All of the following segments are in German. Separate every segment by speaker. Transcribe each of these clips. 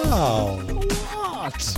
Speaker 1: Wow.
Speaker 2: What?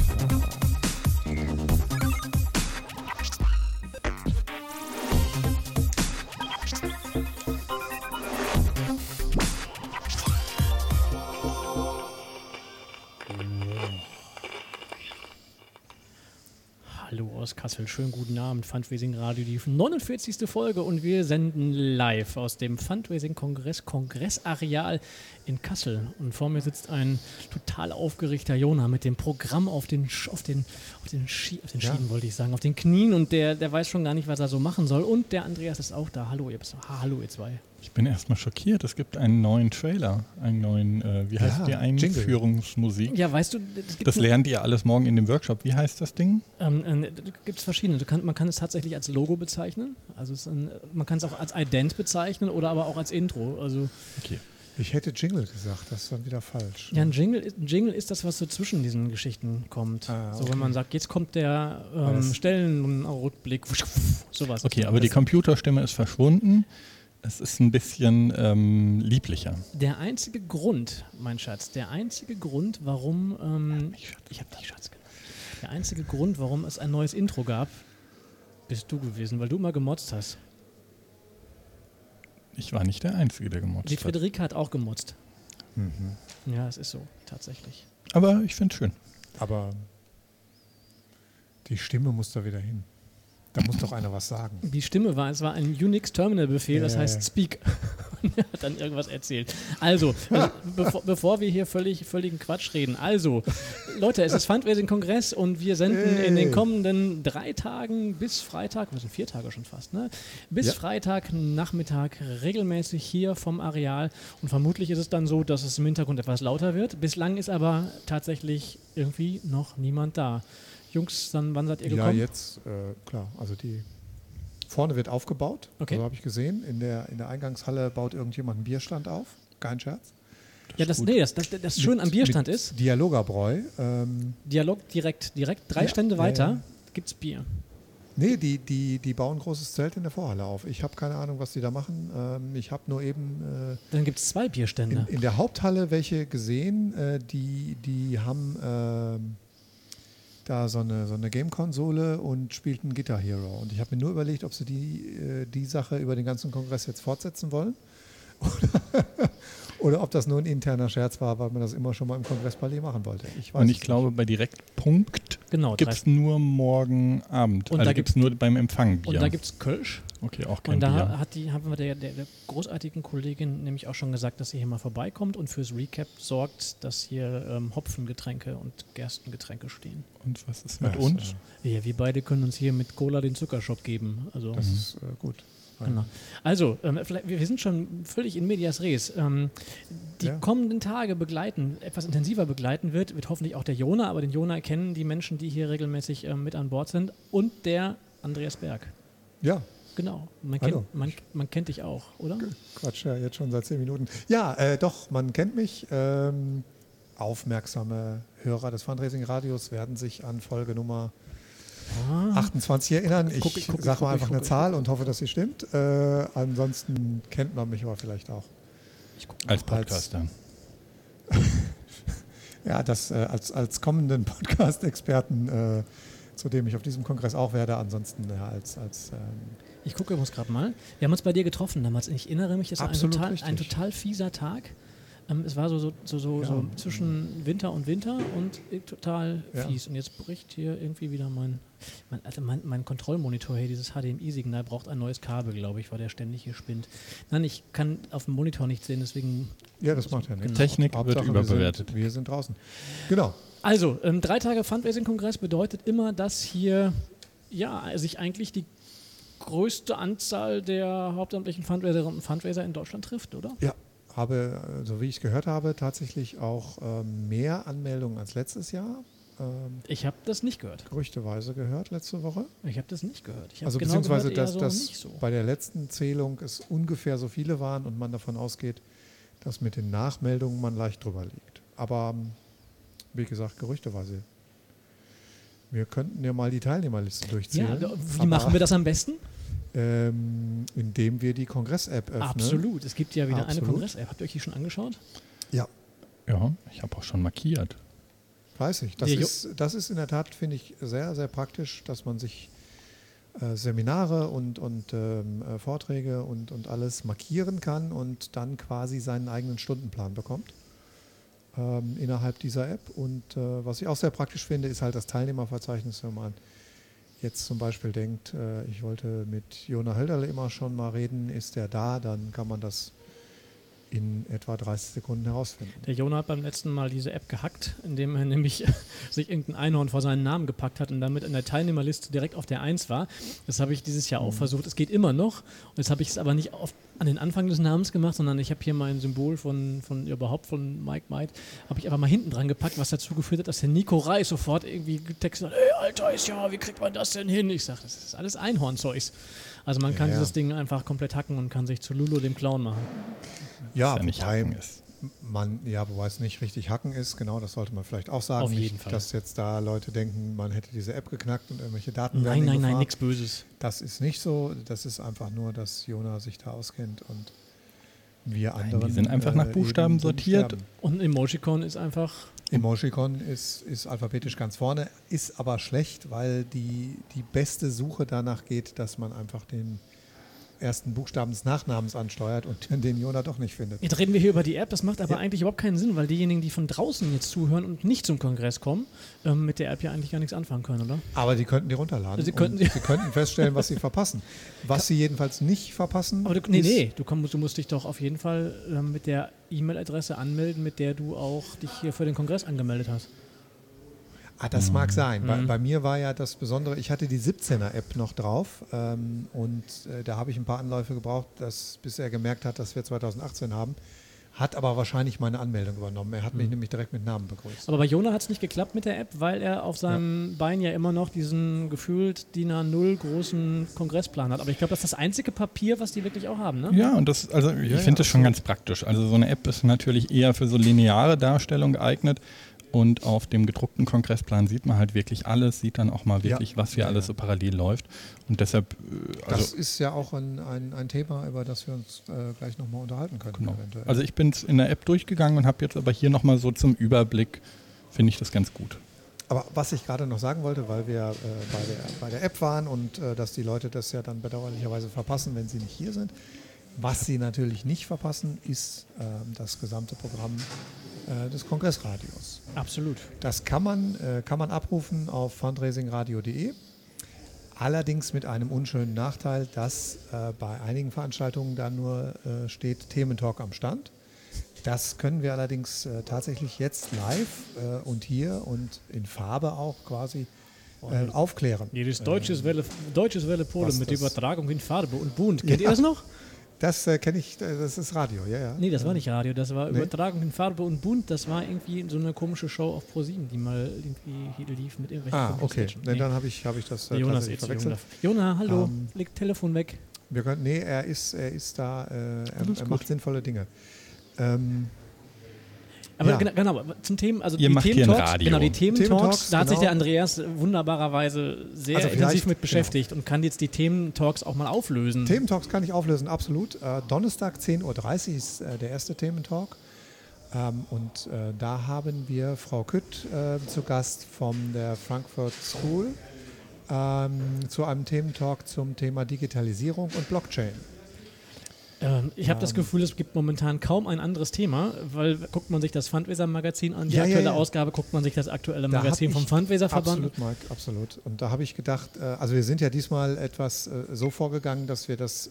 Speaker 2: Hallo aus Kassel, schönen guten Abend, Fundraising Radio, die 49. Folge und wir senden live aus dem Fundraising-Kongress, Kongressareal in Kassel. Und vor mir sitzt ein total aufgeregter Jona mit dem Programm auf den Schienen, wollte ich sagen, auf den Knien und der weiß schon gar nicht, was er so machen soll. Und der Andreas ist auch da. Hallo, hallo ihr zwei.
Speaker 3: Ich bin erstmal schockiert. Es gibt einen neuen Trailer, einen neuen, wie heißt die Einführungsmusik?
Speaker 2: Ja, weißt du,
Speaker 3: das lernt ihr alles morgen in dem Workshop. Wie heißt das Ding?
Speaker 2: Gibt es verschiedene. Man kann es tatsächlich als Logo bezeichnen. Also man kann es auch als Ident bezeichnen oder aber auch als Intro. Also
Speaker 3: okay.
Speaker 1: Ich hätte Jingle gesagt, das ist dann wieder falsch.
Speaker 2: Ja, ein Jingle ist das, was so zwischen diesen Geschichten kommt.
Speaker 1: Okay.
Speaker 2: So, wenn man sagt, jetzt kommt der Stellenrückblick, sowas.
Speaker 3: Okay, aber die Computerstimme ist verschwunden. Es ist ein bisschen lieblicher.
Speaker 2: Der einzige Grund, mein Schatz, warum ich habe dich Schatz genannt. Der einzige Grund, warum es ein neues Intro gab, bist du gewesen, weil du immer gemotzt hast.
Speaker 3: Ich war nicht der Einzige, der gemotzt hat.
Speaker 2: Die Friederike hat auch gemotzt.
Speaker 1: Mhm.
Speaker 2: Ja, es ist so, tatsächlich.
Speaker 3: Aber ich finde es schön.
Speaker 1: Aber die Stimme muss da wieder hin. Da muss doch einer was sagen.
Speaker 2: Die Stimme es war ein Unix-Terminal-Befehl, das heißt Speak. Und er hat dann irgendwas erzählt. Also, bevor wir hier völligen Quatsch reden. Also, Leute, es ist Fundraising-Kongress und wir senden in den kommenden 3 Tagen bis Freitag, wir sind 4 Tage schon fast, ne? Bis Freitag Nachmittag regelmäßig hier vom Areal. Und vermutlich ist es dann so, dass es im Hintergrund etwas lauter wird. Bislang ist aber tatsächlich irgendwie noch niemand da. Jungs, dann wann seid ihr gekommen?
Speaker 1: Ja, jetzt, klar. Also vorne wird aufgebaut,
Speaker 2: okay.
Speaker 1: So habe ich gesehen. In der Eingangshalle baut irgendjemand einen Bierstand auf. Kein Scherz.
Speaker 2: Das Schöne am Bierstand ist,
Speaker 1: Dialogerbräu.
Speaker 2: Dialog direkt 3 Stände weiter gibt's Bier.
Speaker 1: Nee, die bauen ein großes Zelt in der Vorhalle auf. Ich habe keine Ahnung, was die da machen. Ich habe nur eben...
Speaker 2: Dann gibt es 2 Bierstände.
Speaker 1: In der Haupthalle welche gesehen, die haben... da so eine Game-Konsole und spielten Guitar Hero. Und ich habe mir nur überlegt, ob sie die Sache über den ganzen Kongress jetzt fortsetzen wollen oder ob das nur ein interner Scherz war, weil man das immer schon mal im Kongresspalais machen wollte.
Speaker 3: Ich glaube, bei Direktpunkt gibt es nur morgen Abend.
Speaker 2: Und
Speaker 3: also
Speaker 2: da
Speaker 3: gibt es nur beim Empfang Bier.
Speaker 2: Und da gibt es Kölsch.
Speaker 3: Okay, auch kein
Speaker 2: und da
Speaker 3: Bier.
Speaker 2: haben wir der großartigen Kollegin nämlich auch schon gesagt, dass sie hier mal vorbeikommt und fürs Recap sorgt, dass hier Hopfengetränke und Gerstengetränke stehen.
Speaker 3: Und was ist mit uns?
Speaker 2: Ja, wir beide können uns hier mit Cola den Zuckershop geben. Also,
Speaker 1: das ist gut.
Speaker 2: Genau. Also, wir sind schon völlig in medias res. Die kommenden Tage etwas intensiver begleiten wird hoffentlich auch der Jona, aber den Jona kennen die Menschen, die hier regelmäßig mit an Bord sind und der Andreas Berg.
Speaker 1: Ja.
Speaker 2: Genau, man kennt dich auch, oder?
Speaker 1: Quatsch, ja, jetzt schon seit 10 Minuten. Ja, doch, man kennt mich. Aufmerksame Hörer des Fundraising-Radios werden sich an Folge Nummer 28 erinnern. Ich sage mal einfach eine Zahl und hoffe, dass sie stimmt. Ansonsten kennt man mich aber vielleicht auch.
Speaker 3: Als Podcaster.
Speaker 1: Ja, das als kommenden Podcast-Experten, zu dem ich auf diesem Kongress auch werde. Ansonsten als
Speaker 2: ich gucke übrigens gerade mal. Wir haben uns bei dir getroffen damals. Ich erinnere mich, das war ein total fieser Tag. Es war so zwischen Winter und total fies. Und jetzt bricht hier irgendwie wieder mein Kontrollmonitor hier, dieses HDMI-Signal braucht ein neues Kabel, glaube ich, weil der ständig hier spinnt. Nein, ich kann auf dem Monitor nicht sehen, deswegen...
Speaker 1: Ja, das macht ja nichts.
Speaker 3: Genau. Technik wird überbewertet.
Speaker 1: Wir sind draußen. Genau.
Speaker 2: Also, 3 Tage Fundraising-Kongress bedeutet immer, dass hier sich eigentlich die größte Anzahl der hauptamtlichen Fundraiserinnen und Fundraiser in Deutschland trifft, oder?
Speaker 1: Ja, habe, so wie ich gehört habe, tatsächlich auch mehr Anmeldungen als letztes Jahr.
Speaker 2: Ich habe das nicht gehört.
Speaker 1: Gerüchteweise gehört letzte Woche.
Speaker 2: Ich habe das nicht gehört.
Speaker 1: Beziehungsweise, dass bei der letzten Zählung es ungefähr so viele waren und man davon ausgeht, dass mit den Nachmeldungen man leicht drüber liegt. Aber wie gesagt, gerüchteweise. Wir könnten ja mal die Teilnehmerliste durchzählen.
Speaker 2: Ja, wie machen wir das am besten?
Speaker 1: Indem wir die Kongress-App öffnen.
Speaker 2: Absolut, es gibt ja wieder eine Kongress-App. Habt ihr euch die schon angeschaut?
Speaker 1: Ja.
Speaker 3: Ja, ich habe auch schon markiert.
Speaker 1: Fleißig. Das ist in der Tat, finde ich, sehr, sehr praktisch, dass man sich Seminare und Vorträge und alles markieren kann und dann quasi seinen eigenen Stundenplan bekommt innerhalb dieser App. Und was ich auch sehr praktisch finde, ist halt das Teilnehmerverzeichnis, wenn man jetzt zum Beispiel denkt, ich wollte mit Jona Hölderle immer schon mal reden, ist der da, dann kann man das in etwa 30 Sekunden herausfinden.
Speaker 2: Der Jona hat beim letzten Mal diese App gehackt, indem er nämlich sich irgendein Einhorn vor seinen Namen gepackt hat und damit in der Teilnehmerliste direkt auf der 1 war. Das habe ich dieses Jahr auch versucht. Es geht immer noch. Und jetzt habe ich es aber nicht an den Anfang des Namens gemacht, sondern ich habe hier mein Symbol von Mike Might, habe ich einfach mal hinten dran gepackt, was dazu geführt hat, dass der Nico Reis sofort irgendwie getextet hat, ey, Alter, wie kriegt man das denn hin? Ich sage, das ist alles Einhornzeugs. Also man kann dieses Ding einfach komplett hacken und kann sich zu Lulu dem Clown machen.
Speaker 1: Ja, wobei es nicht richtig hacken ist, genau, das sollte man vielleicht auch sagen.
Speaker 2: Auf jeden Fall.
Speaker 1: Dass jetzt da Leute denken, man hätte diese App geknackt und irgendwelche Daten
Speaker 2: werden Nein, nichts Böses.
Speaker 1: Das ist nicht so, das ist einfach nur, dass Jona sich da auskennt und wir anderen.
Speaker 3: Die sind einfach nach Buchstaben sortiert.
Speaker 2: Und Emojicon ist einfach...
Speaker 1: Emojicon ist alphabetisch ganz vorne, ist aber schlecht, weil die beste Suche danach geht, dass man einfach den ersten Buchstaben des Nachnamens ansteuert und den Jona doch nicht findet.
Speaker 2: Jetzt reden wir hier über die App, das macht aber eigentlich überhaupt keinen Sinn, weil diejenigen, die von draußen jetzt zuhören und nicht zum Kongress kommen, mit der App ja eigentlich gar nichts anfangen können, oder?
Speaker 1: Aber die könnten die runterladen. Sie könnten feststellen, was sie verpassen. Was sie jedenfalls nicht verpassen.
Speaker 2: Aber du musst dich doch auf jeden Fall mit der E-Mail-Adresse anmelden, mit der du auch dich hier für den Kongress angemeldet hast.
Speaker 1: Das mag sein. Bei mir war ja das Besondere, ich hatte die 17er-App noch drauf und da habe ich ein paar Anläufe gebraucht, bis er gemerkt hat, dass wir 2018 haben. Hat aber wahrscheinlich meine Anmeldung übernommen. Er hat mich nämlich direkt mit Namen begrüßt.
Speaker 2: Aber bei Jona hat es nicht geklappt mit der App, weil er auf seinem Bein ja immer noch diesen gefühlt DIN A0 großen Kongressplan hat. Aber ich glaube, das ist das einzige Papier, was die wirklich auch haben, ne?
Speaker 3: Ja, und ich finde das schon ganz praktisch. Also so eine App ist natürlich eher für so lineare Darstellung geeignet. Und auf dem gedruckten Kongressplan sieht man halt wirklich alles, sieht dann auch mal wirklich, was hier alles so parallel läuft. Und deshalb...
Speaker 1: das ist ja auch ein Thema, über das wir uns gleich nochmal unterhalten können.
Speaker 3: Genau. Also ich bin in der App durchgegangen und habe jetzt aber hier nochmal so zum Überblick, finde ich das ganz gut.
Speaker 1: Aber was ich gerade noch sagen wollte, weil wir bei der App waren und dass die Leute das ja dann bedauerlicherweise verpassen, wenn sie nicht hier sind. Was sie natürlich nicht verpassen, ist das gesamte Programm des Kongressradios.
Speaker 2: Absolut.
Speaker 1: Das kann man abrufen auf fundraisingradio.de. Allerdings mit einem unschönen Nachteil, dass bei einigen Veranstaltungen da nur steht Thementalk am Stand. Das können wir allerdings tatsächlich jetzt live und hier und in Farbe auch quasi aufklären.
Speaker 2: Hier ist Deutsches Welle Polen mit Übertragung in Farbe und bunt. Kennt ihr das noch?
Speaker 1: Das kenne ich, das ist Radio, ja.
Speaker 2: Nee, das war nicht Radio, das war Übertragung in Farbe und bunt. Das war irgendwie so eine komische Show auf ProSieben, die mal irgendwie lief mit irgendwelchen
Speaker 1: okay. Nee. Dann habe ich das
Speaker 2: Jonas
Speaker 1: verwechselt.
Speaker 2: Jona, hallo, leg Telefon weg.
Speaker 1: Er ist da, er macht sinnvolle Dinge.
Speaker 2: Aber genau, zum Thema, also
Speaker 3: die Thementalks,
Speaker 2: die Thementalks, da hat sich der Andreas wunderbarerweise sehr intensiv mit beschäftigt und kann jetzt die Thementalks auch mal auflösen.
Speaker 1: Thementalks kann ich auflösen, absolut. Donnerstag 10.30 Uhr ist der erste Thementalk. Und da haben wir Frau Kütt zu Gast von der Frankfurt School zu einem Thementalk zum Thema Digitalisierung und Blockchain.
Speaker 2: Ich habe das Gefühl, es gibt momentan kaum ein anderes Thema, weil guckt man sich das Fundraiser-Magazin an, die aktuelle Ausgabe, guckt man sich das aktuelle Magazin vom Fundraiser-Verband.
Speaker 1: Absolut, Mike, absolut. Und da habe ich gedacht, also wir sind ja diesmal etwas so vorgegangen, dass wir das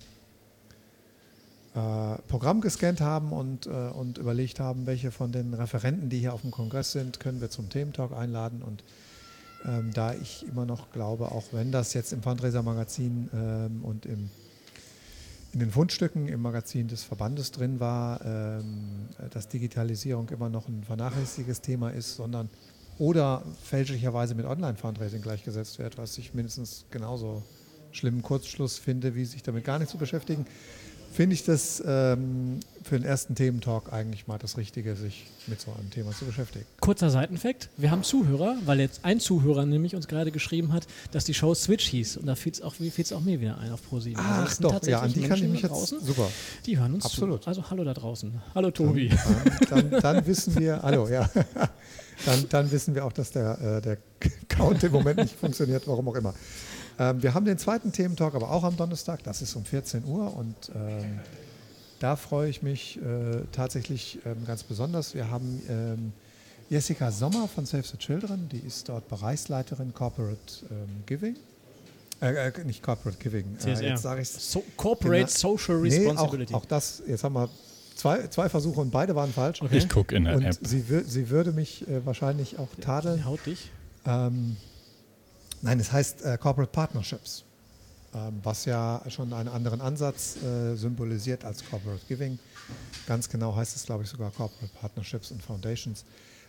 Speaker 1: Programm gescannt haben und überlegt haben, welche von den Referenten, die hier auf dem Kongress sind, können wir zum Thementalk einladen. Und da ich immer noch glaube, auch wenn das jetzt im Fundraiser-Magazin und in den Fundstücken im Magazin des Verbandes drin war, dass Digitalisierung immer noch ein vernachlässigtes Thema ist, oder fälschlicherweise mit Online-Fundraising gleichgesetzt wird, was ich mindestens genauso schlimmen Kurzschluss finde, wie sich damit gar nicht zu beschäftigen, finde ich das für den ersten Thementalk eigentlich mal das Richtige, sich mit so einem Thema zu beschäftigen.
Speaker 2: Kurzer Seiteneffekt, wir haben Zuhörer, weil jetzt ein Zuhörer nämlich uns gerade geschrieben hat, dass die Show Switch hieß und da fiel es auch mir wieder ein auf ProSieben.
Speaker 1: Ach doch, ja, an die kann ich mich jetzt, super.
Speaker 2: Die hören uns
Speaker 1: Absolut.
Speaker 2: zu. Also hallo da draußen. Hallo Tobi.
Speaker 1: Dann wissen wir, hallo, ja. Dann wissen wir auch, dass der Count im Moment nicht funktioniert, warum auch immer. Wir haben den zweiten Thementalk aber auch am Donnerstag, das ist um 14 Uhr und da freue ich mich tatsächlich ganz besonders. Wir haben Jessica Sommer von Save the Children, die ist dort Bereichsleiterin Corporate Giving. Nicht Corporate Giving,
Speaker 2: jetzt sage ich Corporate Social Responsibility.
Speaker 1: Auch das, jetzt haben wir zwei Versuche und beide waren falsch.
Speaker 3: Okay. Ich gucke in der
Speaker 1: und
Speaker 3: App.
Speaker 1: Sie würde mich wahrscheinlich auch tadeln.
Speaker 2: Sie haut dich.
Speaker 1: Nein, es heißt Corporate Partnerships, was ja schon einen anderen Ansatz symbolisiert als Corporate Giving. Ganz genau heißt es, glaube ich, sogar Corporate Partnerships und Foundations.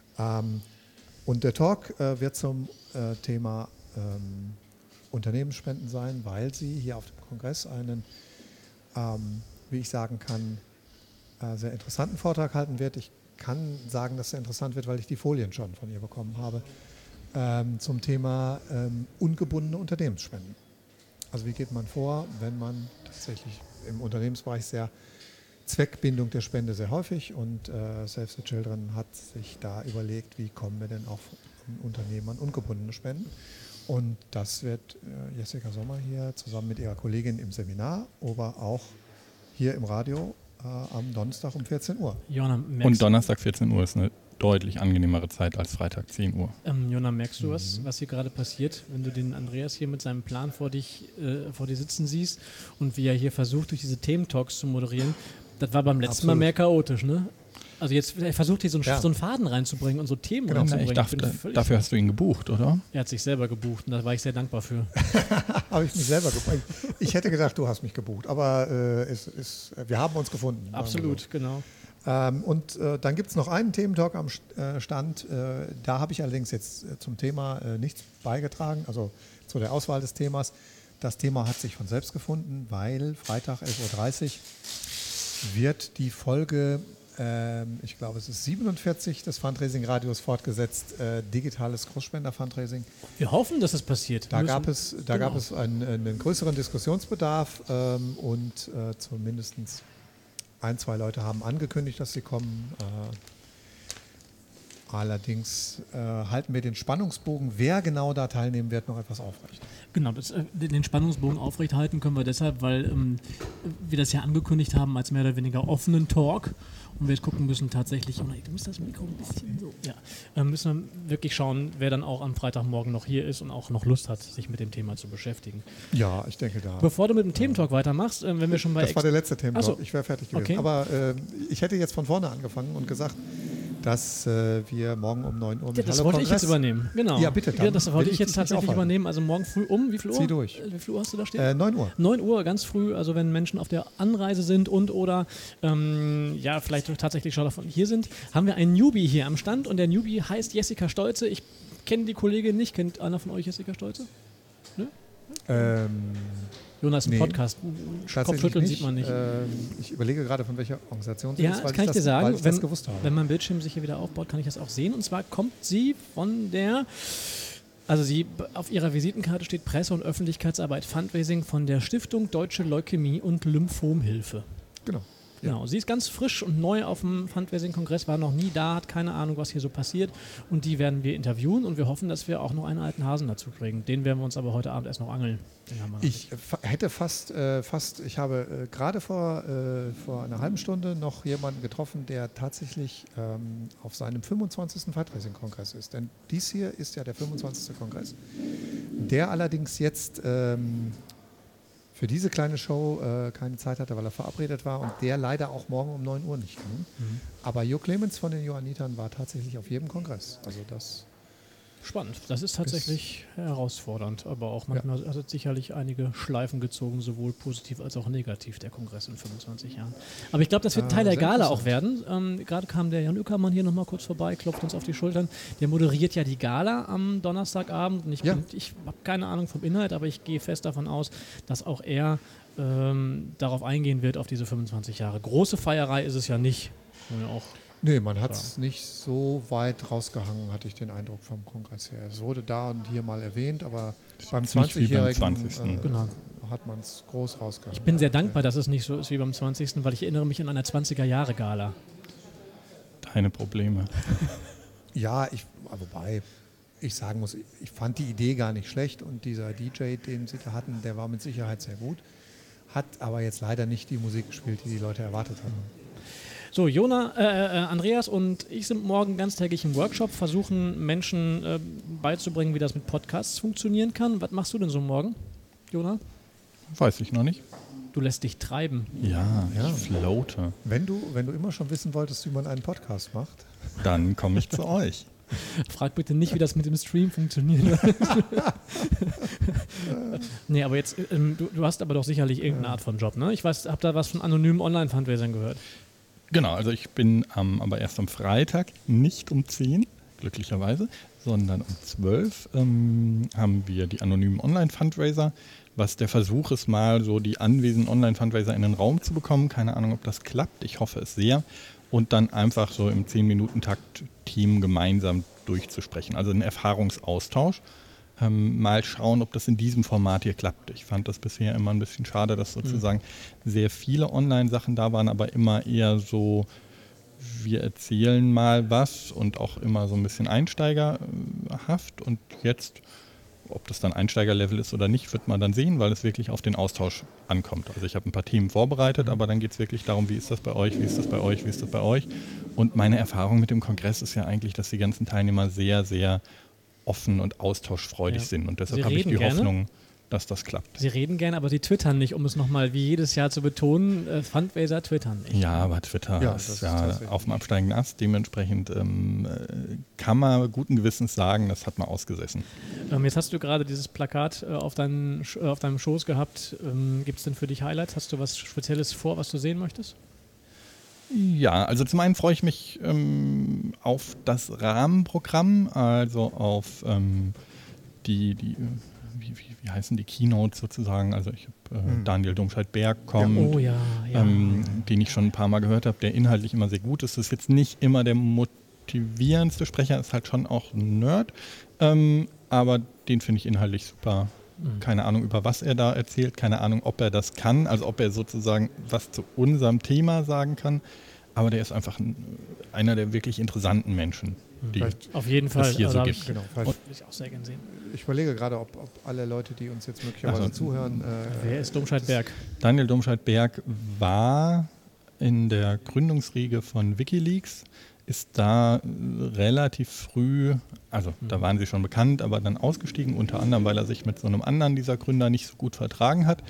Speaker 1: Und der Talk wird zum Thema Unternehmensspenden sein, weil sie hier auf dem Kongress einen, wie ich sagen kann, sehr interessanten Vortrag halten wird. Ich kann sagen, dass er interessant wird, weil ich die Folien schon von ihr bekommen habe. Zum Thema ungebundene Unternehmensspenden. Also wie geht man vor, wenn man tatsächlich im Unternehmensbereich Zweckbindung der Spende sehr häufig und Save the Children hat sich da überlegt, wie kommen wir denn auch von Unternehmen an ungebundene Spenden. Und das wird Jessica Sommer hier zusammen mit ihrer Kollegin im Seminar, aber auch hier im Radio am Donnerstag um 14 Uhr.
Speaker 2: Jona,
Speaker 3: und Donnerstag 14 Uhr ist eine deutlich angenehmere Zeit als Freitag 10 Uhr.
Speaker 2: Jona, merkst du was hier gerade passiert, wenn du den Andreas hier mit seinem Plan vor dir sitzen siehst und wie er hier versucht, durch diese Thementalks zu moderieren? Das war beim letzten Mal mehr chaotisch, ne? Also jetzt, er versucht hier so einen Faden reinzubringen und so Themen reinzubringen.
Speaker 3: Dafür hast du ihn gebucht, oder?
Speaker 2: Er hat sich selber gebucht und da war ich sehr dankbar für.
Speaker 1: Habe ich mich selber gebucht? Ich hätte gedacht, du hast mich gebucht, aber wir haben uns gefunden.
Speaker 2: Absolut,
Speaker 1: so.
Speaker 2: Genau.
Speaker 1: Und dann gibt es noch einen Thementalk am Stand. Da habe ich allerdings jetzt zum Thema nichts beigetragen, also zu der Auswahl des Themas. Das Thema hat sich von selbst gefunden, weil Freitag 11.30 Uhr wird die Folge, ich glaube es ist 47 des Fundraising-Radios fortgesetzt, digitales Großspender-Fundraising.
Speaker 2: Wir hoffen, dass es passiert.
Speaker 1: Da gab es einen größeren Diskussionsbedarf und zumindest 1-2 Leute haben angekündigt, dass sie kommen. Allerdings halten wir den Spannungsbogen, wer genau da teilnehmen wird, noch etwas aufrecht.
Speaker 2: Genau, den Spannungsbogen aufrechthalten können wir deshalb, weil wir das ja angekündigt haben als mehr oder weniger offenen Talk und wir jetzt gucken müssen tatsächlich, du musst das Mikro ein bisschen so, ja, müssen wir wirklich schauen, wer dann auch am Freitagmorgen noch hier ist und auch noch Lust hat, sich mit dem Thema zu beschäftigen.
Speaker 1: Ja, ich denke da.
Speaker 2: Bevor du mit dem Thementalk weitermachst, wenn wir schon bei...
Speaker 1: Das war der letzte Thementalk,
Speaker 2: so.
Speaker 1: Ich wäre fertig gewesen.
Speaker 2: Okay.
Speaker 1: Aber ich hätte jetzt von vorne angefangen und gesagt, dass wir morgen um 9 Uhr mit
Speaker 2: das wollte ich jetzt übernehmen. Genau.
Speaker 1: Ja, bitte. Dann
Speaker 2: das wollte ich jetzt tatsächlich übernehmen. Also morgen früh wie viel Uhr?
Speaker 1: Zieh durch.
Speaker 2: Wie viel Uhr hast du da stehen?
Speaker 1: 9 Uhr.
Speaker 2: 9 Uhr, ganz früh. Also wenn Menschen auf der Anreise sind oder vielleicht tatsächlich schon davon hier sind, haben wir einen Newbie hier am Stand und der Newbie heißt Jessica Stolze. Ich kenne die Kollegin nicht. Kennt einer von euch Jessica Stolze? Ne? Jonas, im Podcast. Kopfschütteln sieht man nicht.
Speaker 1: Ich überlege gerade, von welcher Organisation sie
Speaker 2: ist.
Speaker 1: Ja,
Speaker 2: das kann ich dir sagen.
Speaker 1: Gewusst habe.
Speaker 2: Wenn mein Bildschirm sich hier wieder aufbaut, kann ich das auch sehen. Und zwar kommt sie von der... Also auf ihrer Visitenkarte steht Presse- und Öffentlichkeitsarbeit Fundraising von der Stiftung Deutsche Leukämie- und Lymphomhilfe.
Speaker 1: Genau.
Speaker 2: Genau, sie ist ganz frisch und neu auf dem Fundraising-Kongress, war noch nie da, hat keine Ahnung, was hier so passiert. Und die werden wir interviewen und wir hoffen, dass wir auch noch einen alten Hasen dazu kriegen. Den werden wir uns aber heute Abend erst noch angeln.
Speaker 1: Ich hätte ich habe gerade vor einer halben Stunde noch jemanden getroffen, der tatsächlich auf seinem 25. Fundraising-Kongress ist. Denn dies hier ist ja der 25. Kongress. Der allerdings jetzt für diese kleine Show keine Zeit hatte, weil er verabredet war und der leider auch morgen um 9 Uhr nicht kann. Mhm. Aber Jo Clemens von den Johannitern war tatsächlich auf jedem Kongress. Also das
Speaker 2: spannend. Das ist tatsächlich herausfordernd, aber auch manchmal hat es sicherlich einige Schleifen gezogen, sowohl positiv als auch negativ, der Kongress in 25 Jahren. Aber ich glaube, das wird Teil der Gala auch werden. Gerade kam der Jan Ueckermann hier nochmal kurz vorbei, klopft uns auf die Schultern. Der moderiert ja die Gala am Donnerstagabend und ich habe keine Ahnung vom Inhalt, aber ich gehe fest davon aus, dass auch er darauf eingehen wird, auf diese 25 Jahre. Große Feierei ist es ja nicht.
Speaker 1: Nee, man hat es nicht so weit rausgehangen, hatte ich den Eindruck vom Kongress her. Es wurde da und hier mal erwähnt, aber beim 20-Jährigen
Speaker 2: genau.
Speaker 1: hat man es groß rausgehangen.
Speaker 2: Ich bin sehr dankbar, dass es nicht so ist wie beim 20., weil ich erinnere mich an eine 20er-Jahre-Gala.
Speaker 3: Deine Probleme.
Speaker 1: Ja, wobei ich sagen muss, ich fand die Idee gar nicht schlecht und dieser DJ, den sie da hatten, der war mit Sicherheit sehr gut, hat aber jetzt leider nicht die Musik gespielt, die Leute erwartet hatten.
Speaker 2: So, Andreas und ich sind morgen ganztägig im Workshop, versuchen Menschen beizubringen, wie das mit Podcasts funktionieren kann. Was machst du denn so morgen, Jona?
Speaker 3: Weiß ich noch nicht.
Speaker 2: Du lässt dich treiben.
Speaker 3: Ja, ich floate.
Speaker 1: Wenn du immer schon wissen wolltest, wie man einen Podcast macht,
Speaker 3: dann komme ich zu euch.
Speaker 2: Frag bitte nicht, wie das mit dem Stream funktioniert. Nee, aber jetzt, du hast aber doch sicherlich irgendeine Art von Job, ne? Ich weiß, hab da was von anonymen Online-Fundraisern gehört.
Speaker 3: Genau, also ich bin aber erst am Freitag, nicht um 10, glücklicherweise, sondern um 12 haben wir die anonymen Online-Fundraiser, was der Versuch ist, mal so die anwesenden Online-Fundraiser in den Raum zu bekommen. Keine Ahnung, ob das klappt, ich hoffe es sehr. Und dann einfach so im 10-Minuten-Takt Team gemeinsam durchzusprechen, also ein Erfahrungsaustausch. Mal schauen, ob das in diesem Format hier klappt. Ich fand das bisher immer ein bisschen schade, dass sozusagen sehr viele Online-Sachen da waren, aber immer eher so, wir erzählen mal was und auch immer so ein bisschen einsteigerhaft. Und jetzt, ob das dann Einsteigerlevel ist oder nicht, wird man dann sehen, weil es wirklich auf den Austausch ankommt. Also ich habe ein paar Themen vorbereitet, aber dann geht es wirklich darum, wie ist das bei euch, wie ist das bei euch, wie ist das bei euch. Und meine Erfahrung mit dem Kongress ist ja eigentlich, dass die ganzen Teilnehmer sehr, sehr offen und austauschfreudig sind. Und deshalb habe ich die Hoffnung, dass das klappt.
Speaker 2: Sie reden gerne, aber sie twittern nicht, um es nochmal wie jedes Jahr zu betonen. Fundraiser twittern nicht.
Speaker 3: Ja, aber Twitter ist ja auf dem absteigenden Ast. Dementsprechend kann man guten Gewissens sagen, das hat man ausgesessen.
Speaker 2: Jetzt hast du gerade dieses Plakat auf deinem Schoß gehabt. Gibt es denn für dich Highlights? Hast du was Spezielles vor, was du sehen möchtest?
Speaker 3: Ja, also zum einen freue ich mich auf das Rahmenprogramm, also auf wie heißen die Keynotes sozusagen. Also ich habe Daniel Domscheit-Berg kommt, den ich schon ein paar Mal gehört habe, der inhaltlich immer sehr gut ist. Das ist jetzt nicht immer der motivierendste Sprecher, ist halt schon auch ein Nerd, aber den finde ich inhaltlich super. Keine Ahnung, über was er da erzählt, keine Ahnung, ob er das kann, also ob er sozusagen was zu unserem Thema sagen kann. Aber der ist einfach einer der wirklich interessanten Menschen, die
Speaker 2: auf jeden Fall
Speaker 3: es hier so gibt.
Speaker 1: Genau,
Speaker 2: ich auch sehr gerne sehen.
Speaker 1: Ich überlege gerade, ob alle Leute, die uns jetzt möglicherweise zuhören...
Speaker 2: wer ist Domscheit-Berg?
Speaker 3: Daniel Domscheit-Berg war in der Gründungsriege von WikiLeaks, ist da relativ früh, also da waren sie schon bekannt, aber dann ausgestiegen, unter anderem, weil er sich mit so einem anderen dieser Gründer nicht so gut vertragen hat,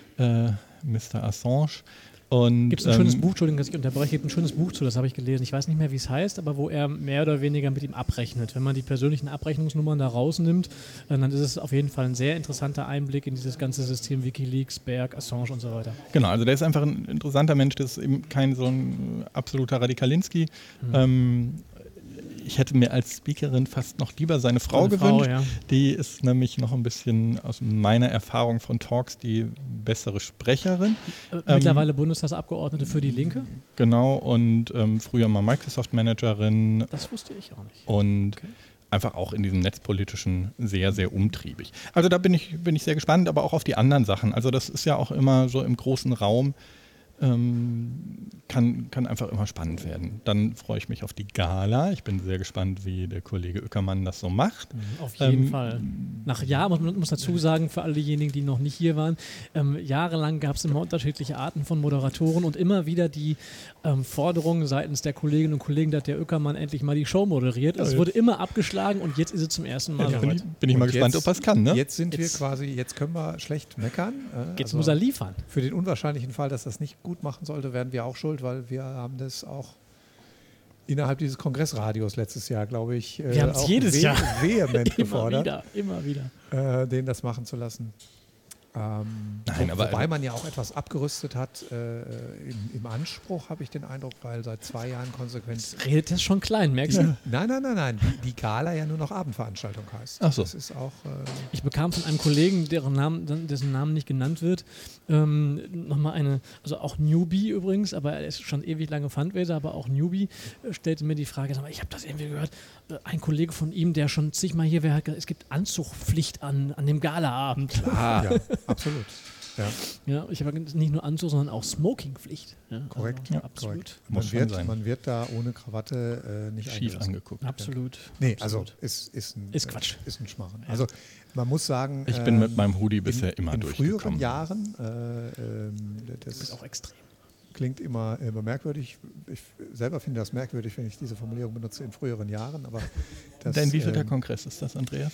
Speaker 3: Mr. Assange.
Speaker 2: Gibt es ein schönes Buch, Entschuldigung, dass ich unterbreche, gibt ein schönes Buch zu, das habe ich gelesen. Ich weiß nicht mehr, wie es heißt, aber wo er mehr oder weniger mit ihm abrechnet. Wenn man die persönlichen Abrechnungsnummern da rausnimmt, dann ist es auf jeden Fall ein sehr interessanter Einblick in dieses ganze System WikiLeaks, Berg, Assange und so weiter. Genau,
Speaker 3: also der ist einfach ein interessanter Mensch, das ist eben kein so ein absoluter Radikalinski. Ich hätte mir als Speakerin fast noch lieber seine Frau gewünscht. Ja. Die ist nämlich noch ein bisschen aus meiner Erfahrung von Talks die bessere Sprecherin.
Speaker 2: Mittlerweile Bundestagsabgeordnete für die Linke.
Speaker 3: Genau, und früher mal Microsoft-Managerin.
Speaker 2: Das wusste ich auch nicht.
Speaker 3: Und einfach auch in diesem Netzpolitischen sehr, sehr umtriebig. Also da bin ich sehr gespannt, aber auch auf die anderen Sachen. Also das ist ja auch immer so im großen Raum. Kann einfach immer spannend werden. Dann freue ich mich auf die Gala. Ich bin sehr gespannt, wie der Kollege Ueckermann das so macht.
Speaker 2: Auf jeden Fall. Nach Jahren, man muss dazu sagen, für all diejenigen, die noch nicht hier waren, jahrelang gab es immer unterschiedliche Arten von Moderatoren und immer wieder die Forderung seitens der Kolleginnen und Kollegen, dass der Ueckermann endlich mal die Show moderiert. Es wurde immer abgeschlagen und jetzt ist es zum ersten Mal so weit.
Speaker 3: Bin ich mal gespannt, ob er es kann. Ne?
Speaker 1: Jetzt können wir schlecht meckern.
Speaker 2: Jetzt muss er liefern.
Speaker 1: Für den unwahrscheinlichen Fall, dass das nicht gut machen sollte, wären wir auch schuld, weil wir haben das auch innerhalb dieses Kongressradios letztes Jahr, glaube ich,
Speaker 2: wir haben es jedes Jahr
Speaker 1: vehement gefordert.
Speaker 2: Immer wieder.
Speaker 1: Den das machen zu lassen. Wobei man ja auch etwas abgerüstet hat im Anspruch, habe ich den Eindruck, weil seit 2 Jahren konsequent...
Speaker 2: Redet das schon klein, merkst du?
Speaker 1: Nein. Die Gala ja nur noch Abendveranstaltung heißt.
Speaker 3: Ach so.
Speaker 1: Das ist auch...
Speaker 2: Ich bekam von einem Kollegen, dessen Namen nicht genannt wird, nochmal also auch Newbie übrigens, aber er ist schon ewig lange Fundraiser, aber auch Newbie, stellte mir die Frage, sag mal, ich habe das irgendwie gehört, ein Kollege von ihm, der schon zigmal hier wäre, hat gesagt, es gibt Anzugpflicht an dem Galaabend.
Speaker 1: Klar, ja, absolut.
Speaker 2: Ja, ich habe nicht nur Anzug, sondern auch Smokingpflicht. Ja,
Speaker 1: korrekt,
Speaker 2: also, absolut.
Speaker 1: Korrekt. Man wird da ohne Krawatte nicht
Speaker 3: schief angeguckt.
Speaker 2: Absolut.
Speaker 1: Nee,
Speaker 2: absolut.
Speaker 1: Also ist
Speaker 2: Quatsch.
Speaker 1: Ist ein Schmarren. Ja. Also man muss sagen...
Speaker 3: Ich bin mit meinem Hoodie bisher immer durchgekommen.
Speaker 1: In früheren Jahren...
Speaker 2: das ist auch extrem.
Speaker 1: Klingt immer merkwürdig. Ich selber finde das merkwürdig, wenn ich diese Formulierung benutze, in früheren Jahren. Aber
Speaker 3: Dein wievielter Kongress ist das, Andreas?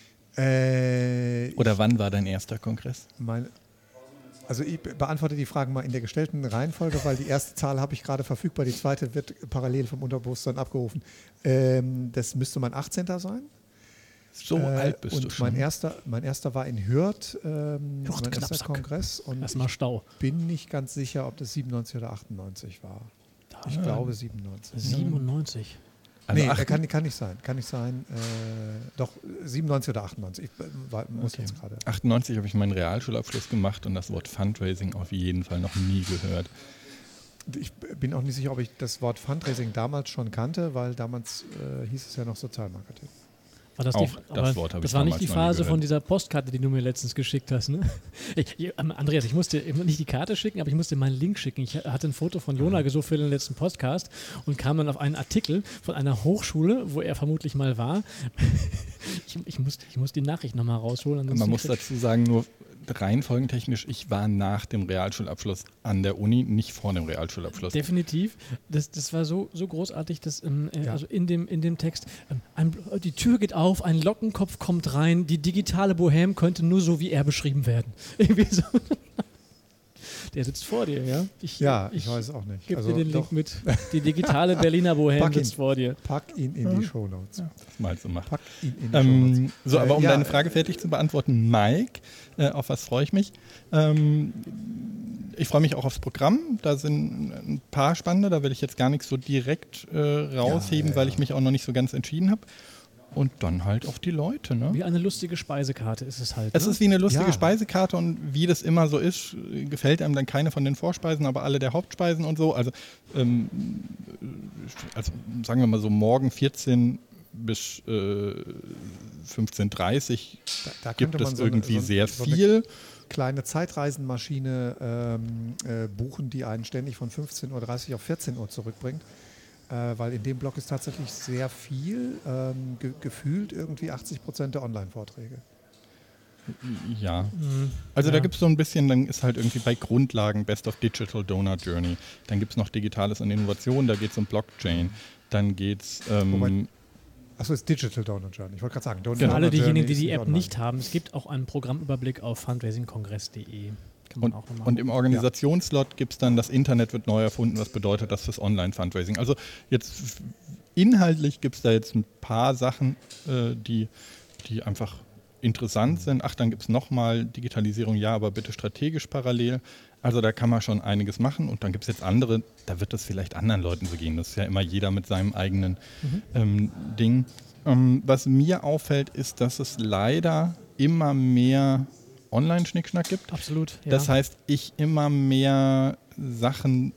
Speaker 3: Oder wann war dein erster Kongress?
Speaker 1: Also ich beantworte die Fragen mal in der gestellten Reihenfolge, weil die erste Zahl habe ich gerade verfügbar, die zweite wird parallel vom Unterbewusstsein abgerufen. Das müsste mein 18. sein.
Speaker 3: So alt bist du schon.
Speaker 1: Mein erster war in Hürth, mein erster Kongress. Und
Speaker 2: erstmal Stau.
Speaker 1: Ich bin nicht ganz sicher, ob das 97 oder 98 war. Ich glaube 97.
Speaker 2: 97?
Speaker 3: Also
Speaker 1: kann nicht sein. Doch, 97 oder 98. Ich muss jetzt gerade.
Speaker 3: 98 habe ich meinen Realschulabschluss gemacht und das Wort Fundraising auf jeden Fall noch nie gehört.
Speaker 1: Ich bin auch nicht sicher, ob ich das Wort Fundraising damals schon kannte, weil damals hieß es ja noch Sozialmarketing.
Speaker 2: Das war nicht die Phase von dieser Postkarte, die du mir letztens geschickt hast, ne? Andreas, ich musste nicht die Karte schicken, aber ich musste meinen Link schicken. Ich hatte ein Foto von Jona gesucht für den letzten Podcast und kam dann auf einen Artikel von einer Hochschule, wo er vermutlich mal war. Ich muss die Nachricht nochmal rausholen.
Speaker 3: Man muss dazu sagen, nur reihenfolgentechnisch, ich war nach dem Realschulabschluss an der Uni, nicht vor dem Realschulabschluss.
Speaker 2: Definitiv. Das war so großartig, dass also in dem Text, die Tür geht auf, ein Lockenkopf kommt rein, die digitale Bohème könnte nur so wie er beschrieben werden. Irgendwie so. Der sitzt vor dir, ja? Ich
Speaker 1: weiß auch nicht.
Speaker 2: Gib dir den Link mit. Die digitale Berliner Bohème sitzt vor dir.
Speaker 1: Pack ihn in die Shownotes.
Speaker 3: Ja, mal so machen.
Speaker 1: Pack ihn in die Shownotes.
Speaker 3: So, aber deine Frage fertig zu beantworten, Mike, auf was freue ich mich? Ich freue mich auch aufs Programm. Da sind ein paar spannende, da will ich jetzt gar nichts so direkt rausheben, weil ich mich auch noch nicht so ganz entschieden habe. Und dann halt auf die Leute. Ne?
Speaker 2: Wie eine lustige Speisekarte ist es halt.
Speaker 3: Es ist wie eine lustige Speisekarte und wie das immer so ist, gefällt einem dann keine von den Vorspeisen, aber alle der Hauptspeisen und so. Also sagen wir mal so morgen 14 bis 15:30 da gibt es irgendwie sehr viel.
Speaker 1: Kleine Zeitreisenmaschine buchen, die einen ständig von 15:30 auf 14 Uhr zurückbringt. Weil in dem Blog ist tatsächlich sehr viel, gefühlt irgendwie 80% der Online-Vorträge.
Speaker 3: Ja, also da gibt es so ein bisschen, dann ist halt irgendwie bei Grundlagen Best of Digital Donor Journey, dann gibt es noch Digitales und Innovation, da geht es um Blockchain, dann geht es...
Speaker 1: Achso, ist Digital Donor Journey, ich wollte gerade sagen.
Speaker 2: Für alle diejenigen, die die App nicht haben, es gibt auch einen Programmüberblick auf fundraisingkongress.de.
Speaker 3: Und im Organisationsslot gibt es dann, das Internet wird neu erfunden, was bedeutet das fürs Online-Fundraising. Also jetzt inhaltlich gibt es da jetzt ein paar Sachen, die einfach interessant sind. Ach, dann gibt es nochmal Digitalisierung, ja, aber bitte strategisch parallel. Also da kann man schon einiges machen. Und dann gibt es jetzt andere, da wird das vielleicht anderen Leuten so gehen. Das ist ja immer jeder mit seinem eigenen Ding. Was mir auffällt, ist, dass es leider immer mehr Online-Schnickschnack gibt.
Speaker 2: Absolut. Ja.
Speaker 3: Das heißt, ich immer mehr Sachen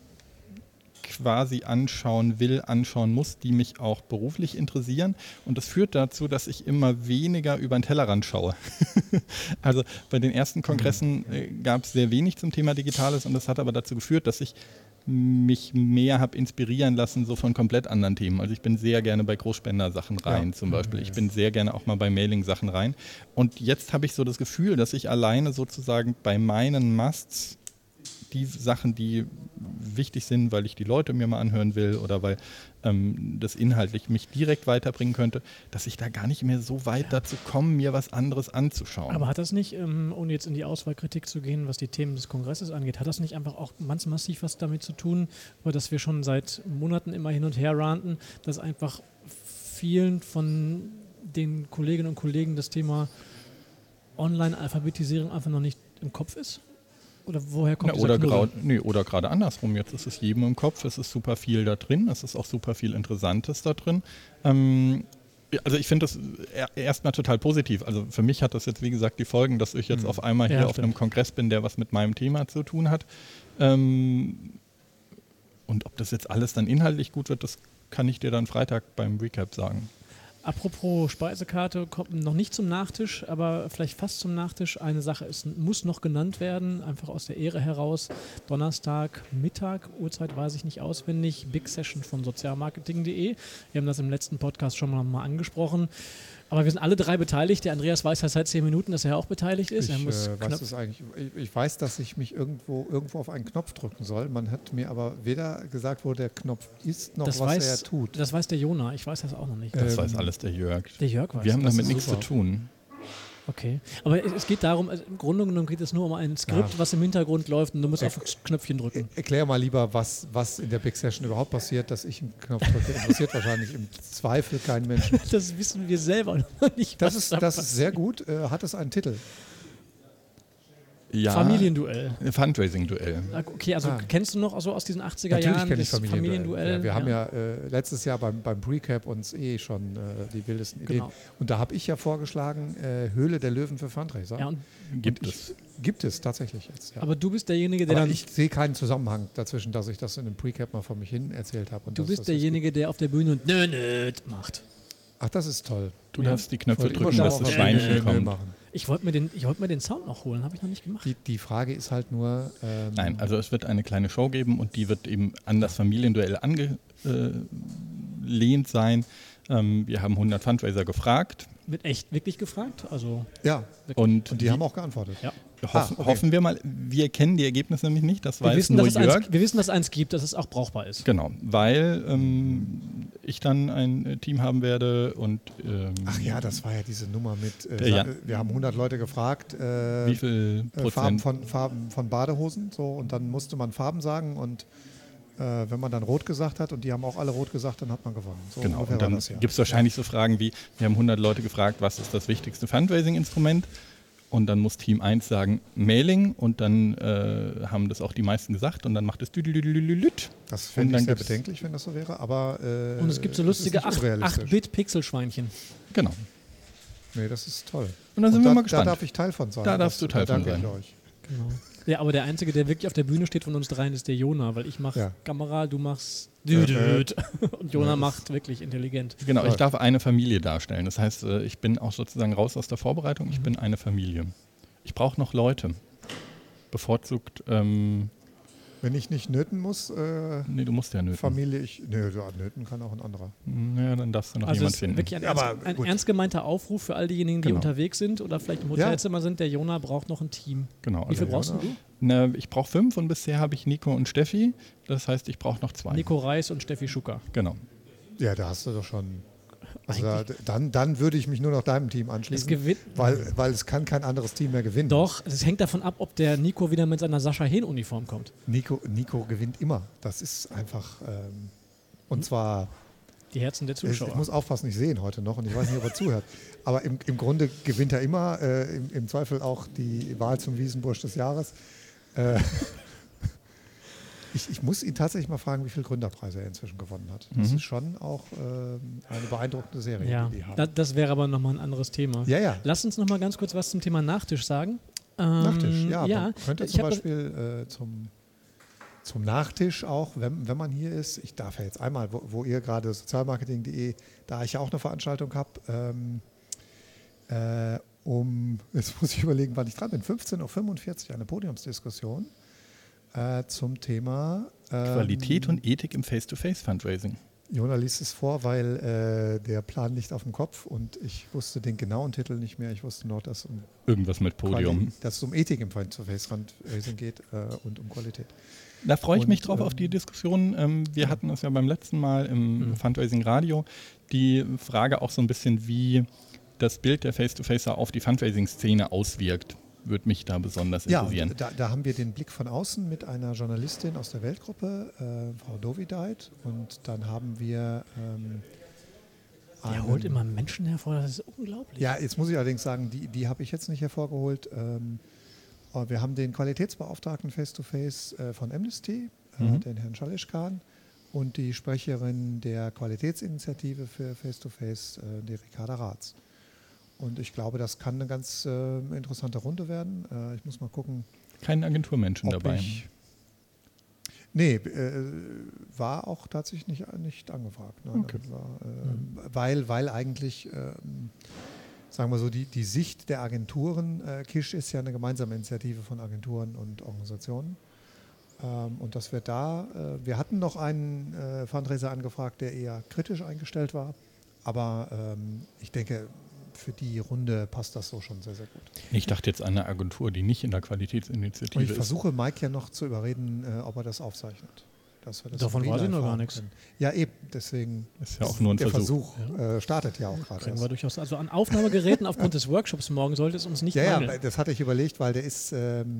Speaker 3: quasi anschauen muss, die mich auch beruflich interessieren. Und das führt dazu, dass ich immer weniger über den Tellerrand schaue. Also bei den ersten Kongressen gab es sehr wenig zum Thema Digitales und das hat aber dazu geführt, dass ich mich mehr habe inspirieren lassen, so von komplett anderen Themen. Also ich bin sehr gerne bei Großspender-Sachen rein zum Beispiel. Ich bin sehr gerne auch mal bei Mailing-Sachen rein. Und jetzt habe ich so das Gefühl, dass ich alleine sozusagen bei meinen Musts die Sachen, die wichtig sind, weil ich die Leute mir mal anhören will oder weil das inhaltlich mich direkt weiterbringen könnte, dass ich da gar nicht mehr so weit dazu komme, mir was anderes anzuschauen.
Speaker 2: Aber hat das nicht, ohne jetzt in die Auswahlkritik zu gehen, was die Themen des Kongresses angeht, hat das nicht einfach auch ganz massiv was damit zu tun, über das wir schon seit Monaten immer hin und her ranten, dass einfach vielen von den Kolleginnen und Kollegen das Thema Online-Alphabetisierung einfach noch nicht im Kopf ist? Oder woher kommt dieser Knurren?
Speaker 3: Oder gerade andersrum. Jetzt ist es jedem im Kopf, es ist super viel da drin, es ist auch super viel Interessantes da drin. Also ich finde das erstmal total positiv. Also für mich hat das jetzt, wie gesagt, die Folgen, dass ich jetzt auf einmal hier auf einem Kongress bin, der was mit meinem Thema zu tun hat. Und ob das jetzt alles dann inhaltlich gut wird, das kann ich dir dann Freitag beim Recap sagen.
Speaker 2: Apropos Speisekarte, kommt noch nicht zum Nachtisch, aber vielleicht fast zum Nachtisch. Eine Sache muss noch genannt werden, einfach aus der Ehre heraus. Donnerstag, Mittag, Uhrzeit weiß ich nicht auswendig, Big Session von sozialmarketing.de. Wir haben das im letzten Podcast schon mal angesprochen. Aber wir sind alle drei beteiligt. Der Andreas weiß ja seit 10 Minuten, dass er auch beteiligt ist.
Speaker 1: Ich weiß, dass ich mich irgendwo auf einen Knopf drücken soll. Man hat mir aber weder gesagt, wo der Knopf ist, noch was er tut.
Speaker 2: Das weiß der Jona. Ich weiß das auch noch nicht.
Speaker 3: Das weiß alles der Jörg.
Speaker 2: Der Jörg weiß.
Speaker 3: Wir haben damit nichts zu tun.
Speaker 2: Okay, aber es geht darum, also im Grunde genommen geht es nur um ein Skript, was im Hintergrund läuft und du musst auf das Knöpfchen drücken.
Speaker 1: Erklär mal lieber, was in der Big Session überhaupt passiert, dass ich einen Knopf drücke. Interessiert wahrscheinlich im Zweifel keinen Menschen.
Speaker 2: Das wissen wir selber noch nicht.
Speaker 1: Das ist sehr gut. Hat es einen Titel?
Speaker 3: Ja,
Speaker 2: Familienduell.
Speaker 3: Fundraising-Duell.
Speaker 2: Okay, also kennst du noch so aus diesen 80er
Speaker 1: Natürlich
Speaker 2: Jahren
Speaker 1: kenne ich Familienduell. Ja, wir haben ja letztes Jahr beim Recap uns schon die wildesten Ideen. Und da habe ich ja vorgeschlagen, Höhle der Löwen für Fundraiser.
Speaker 2: Ja, und
Speaker 1: Gibt es tatsächlich jetzt. Ja.
Speaker 2: Aber du bist derjenige, der
Speaker 1: ich sehe keinen Zusammenhang dazwischen, dass ich das in einem Recap mal vor mich hin erzählt habe.
Speaker 2: Du bist derjenige, der auf der Bühne und nö macht.
Speaker 1: Ach, das ist toll.
Speaker 3: Du darfst die Knöpfe drücken, dass das Schweinchen kommt.
Speaker 2: Ich wollte mir den Sound noch holen, habe ich noch nicht gemacht.
Speaker 1: Die Frage ist halt nur...
Speaker 3: Nein, also es wird eine kleine Show geben und die wird eben an das Familienduell angelehnt sein. Wir haben 100 Fundraiser gefragt.
Speaker 2: Wird echt wirklich gefragt? Also
Speaker 1: ja, und die haben auch geantwortet.
Speaker 2: Ja.
Speaker 3: Hoffen wir mal. Wir kennen die Ergebnisse nämlich nicht, das weiß nur Jörg.
Speaker 2: Wir wissen, dass es eins gibt, dass es auch brauchbar ist.
Speaker 3: Genau, weil ich dann ein Team haben werde und...
Speaker 1: Ach ja, das war ja diese Nummer mit... wir haben 100 Leute gefragt,
Speaker 3: wie viel Prozent?
Speaker 1: Farben von Badehosen, so, und dann musste man Farben sagen und wenn man dann rot gesagt hat und die haben auch alle rot gesagt, dann hat man gewonnen. So
Speaker 3: genau, und dann gibt es wahrscheinlich so Fragen wie, wir haben 100 Leute gefragt, was ist das wichtigste Fundraising-Instrument? Und dann muss Team 1 sagen Mailing und dann haben das auch die meisten gesagt und dann macht es düdelüdelüdelüt.
Speaker 1: Das fände ich sehr bedenklich, wenn das so wäre, aber
Speaker 2: und es gibt so lustige 8-Bit-Pixelschweinchen.
Speaker 3: Genau.
Speaker 1: Nee, das ist toll.
Speaker 3: Und dann sind wir mal gespannt.
Speaker 1: Da darf ich Teil von sein.
Speaker 3: Da darfst du Teil von sein.
Speaker 1: Danke euch.
Speaker 2: Genau. Ja, aber der Einzige, der wirklich auf der Bühne steht von uns dreien, ist der Jona, weil ich mache Kamera, du machst düdüt und Jona macht wirklich intelligent.
Speaker 3: Genau, ich darf eine Familie darstellen. Das heißt, ich bin auch sozusagen raus aus der Vorbereitung, ich bin eine Familie. Ich brauche noch Leute. Bevorzugt...
Speaker 1: Wenn ich nicht nöten muss,
Speaker 3: nee, du musst ja nöten.
Speaker 1: Familie, nöten kann auch ein anderer.
Speaker 3: Ja, dann darfst du noch jemand finden.
Speaker 2: Wirklich ein ernst gemeinter Aufruf für all diejenigen, die unterwegs sind oder vielleicht im Hotelzimmer sind. Der Jona braucht noch ein Team.
Speaker 3: Genau.
Speaker 2: Wie viel brauchst du?
Speaker 3: Ich brauche 5 und bisher habe ich Nico und Steffi. Das heißt, ich brauche noch 2.
Speaker 2: Nico Reis und Steffi Schucker.
Speaker 3: Genau.
Speaker 1: Ja, da hast du doch schon... Also dann würde ich mich nur noch deinem Team anschließen, weil es kann kein anderes Team mehr gewinnen.
Speaker 2: Doch, es hängt davon ab, ob der Nico wieder mit seiner Sascha Hehn-Uniform kommt.
Speaker 1: Nico gewinnt immer. Das ist einfach, und zwar...
Speaker 2: Die Herzen der Zuschauer.
Speaker 1: Ich muss aufpassen, ich sehe ihn heute noch und ich weiß nicht, ob er zuhört. Aber im Grunde gewinnt er immer, im Zweifel auch die Wahl zum Wiesenbursch des Jahres. Ich muss ihn tatsächlich mal fragen, wie viele Gründerpreise er inzwischen gewonnen hat. Das ist schon auch eine beeindruckende Serie, die die haben.
Speaker 2: Das wäre aber nochmal ein anderes Thema.
Speaker 1: Ja.
Speaker 2: Lass uns nochmal ganz kurz was zum Thema Nachtisch sagen.
Speaker 1: Nachtisch, ja. Man könnte zum Beispiel zum Nachtisch auch, wenn man hier ist, ich darf ja jetzt einmal, wo ihr gerade sozialmarketing.de, da ich ja auch eine Veranstaltung habe, jetzt muss ich überlegen, wann ich dran bin, 15:45 Uhr eine Podiumsdiskussion zum Thema
Speaker 3: Qualität und Ethik im Face-to-Face-Fundraising.
Speaker 1: Jona liest es vor, weil der Plan liegt auf dem Kopf und ich wusste den genauen Titel nicht mehr. Ich wusste nur, dass
Speaker 3: irgendwas mit Podium.
Speaker 1: Dass es um Ethik im Face-to-Face-Fundraising geht und um Qualität.
Speaker 3: Da freue ich mich drauf auf die Diskussion. Wir hatten es ja beim letzten Mal im Fundraising Radio die Frage auch so ein bisschen, wie das Bild der Face-to-Facer auf die Fundraising-Szene auswirkt. Würde mich da besonders interessieren.
Speaker 1: Ja, da haben wir den Blick von außen mit einer Journalistin aus der Weltgruppe, Frau Dovideit, und dann haben wir
Speaker 2: er holt immer Menschen hervor, das ist unglaublich.
Speaker 1: Ja, jetzt muss ich allerdings sagen, die habe ich jetzt nicht hervorgeholt. Wir haben den Qualitätsbeauftragten Face-to-Face von Amnesty, den Herrn Schalischkan, und die Sprecherin der Qualitätsinitiative für Face-to-Face, die Ricarda Raths. Und ich glaube, das kann eine ganz interessante Runde werden. Ich muss mal gucken.
Speaker 3: Kein Agenturmenschen dabei?
Speaker 1: Nee, war auch tatsächlich nicht angefragt. Nein,
Speaker 3: okay.
Speaker 1: Weil eigentlich, sagen wir so, die Sicht der Agenturen, KISH ist ja eine gemeinsame Initiative von Agenturen und Organisationen. Und das wird wir hatten noch einen Fundraiser angefragt, der eher kritisch eingestellt war. Aber ich denke, für die Runde passt das so schon sehr, sehr gut.
Speaker 3: Ich dachte jetzt an eine Agentur, die nicht in der Qualitätsinitiative ist.
Speaker 1: Ich versuche Mike ja noch zu überreden, ob er das aufzeichnet. Dass wir das
Speaker 2: davon weiß ich noch gar nichts.
Speaker 1: Ja, eben, deswegen
Speaker 3: ist ja auch nur ein Versuch.
Speaker 1: Startet ja auch gerade.
Speaker 2: Kriegen wir durchaus, also an Aufnahmegeräten aufgrund des Workshops morgen sollte es uns nicht mangeln.
Speaker 1: Ja, das hatte ich überlegt, weil der ist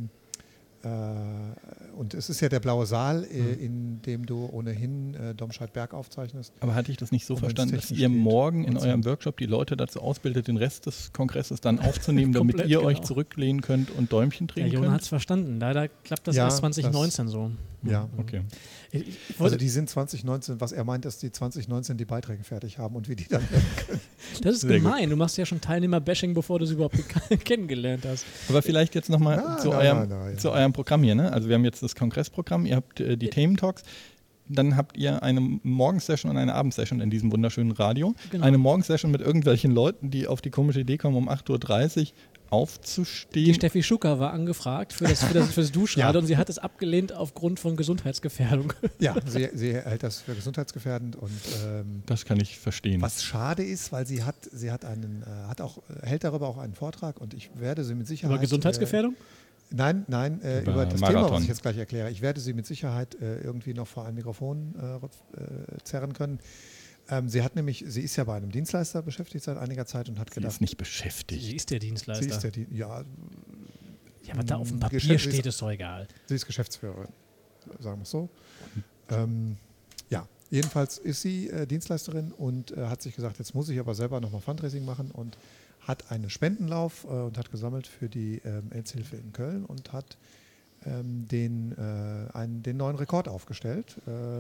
Speaker 1: und es ist ja der blaue Saal, in dem du ohnehin Domscheit-Berg aufzeichnest.
Speaker 3: Aber hatte ich das nicht so verstanden, dass ihr morgen in eurem Workshop die Leute dazu ausbildet, den Rest des Kongresses dann aufzunehmen, damit ihr euch zurücklehnen könnt und Däumchen drehen könnt?
Speaker 2: Jona hat es verstanden. Leider klappt das erst 2019 so.
Speaker 1: Ja,
Speaker 3: okay.
Speaker 1: Also die sind 2019, was er meint, dass die 2019 die Beiträge fertig haben und wie die dann werden können.
Speaker 2: Das ist sehr gemein. Gut. Du machst ja schon Teilnehmer-Bashing, bevor du sie überhaupt kennengelernt hast.
Speaker 3: Aber vielleicht jetzt nochmal zu eurem Programm hier. Ne? Also wir haben jetzt das Kongressprogramm, ihr habt die Thementalks. Dann habt ihr eine Morgensession und eine Abendsession in diesem wunderschönen Radio. Genau. Eine Morgensession mit irgendwelchen Leuten, die auf die komische Idee kommen, um 8.30 Uhr aufzustehen.
Speaker 2: Die Steffi Schucker war angefragt für das Duschradio und sie hat es abgelehnt aufgrund von Gesundheitsgefährdung.
Speaker 1: Ja, sie hält das für gesundheitsgefährdend und
Speaker 3: das kann ich verstehen.
Speaker 1: Was schade ist, weil sie hält darüber auch einen Vortrag und ich werde sie mit Sicherheit...
Speaker 2: Über Gesundheitsgefährdung?
Speaker 1: Nein, über das
Speaker 3: Marathon.
Speaker 1: Thema, was ich jetzt gleich erkläre. Ich werde sie mit Sicherheit irgendwie noch vor ein Mikrofon zerren können. Sie ist ja bei einem Dienstleister beschäftigt seit einiger Zeit und hat gedacht...
Speaker 3: Sie ist nicht beschäftigt.
Speaker 2: Sie ist der Dienstleister.
Speaker 1: Sie ist der ja,
Speaker 2: aber da auf dem Papier steht, ist doch egal.
Speaker 1: Sie ist Geschäftsführerin, sagen wir es so. Ja, jedenfalls ist sie Dienstleisterin und hat sich gesagt, jetzt muss ich aber selber nochmal Fundraising machen und hat einen Spendenlauf und hat gesammelt für die AIDS-Hilfe in Köln und hat den neuen Rekord aufgestellt.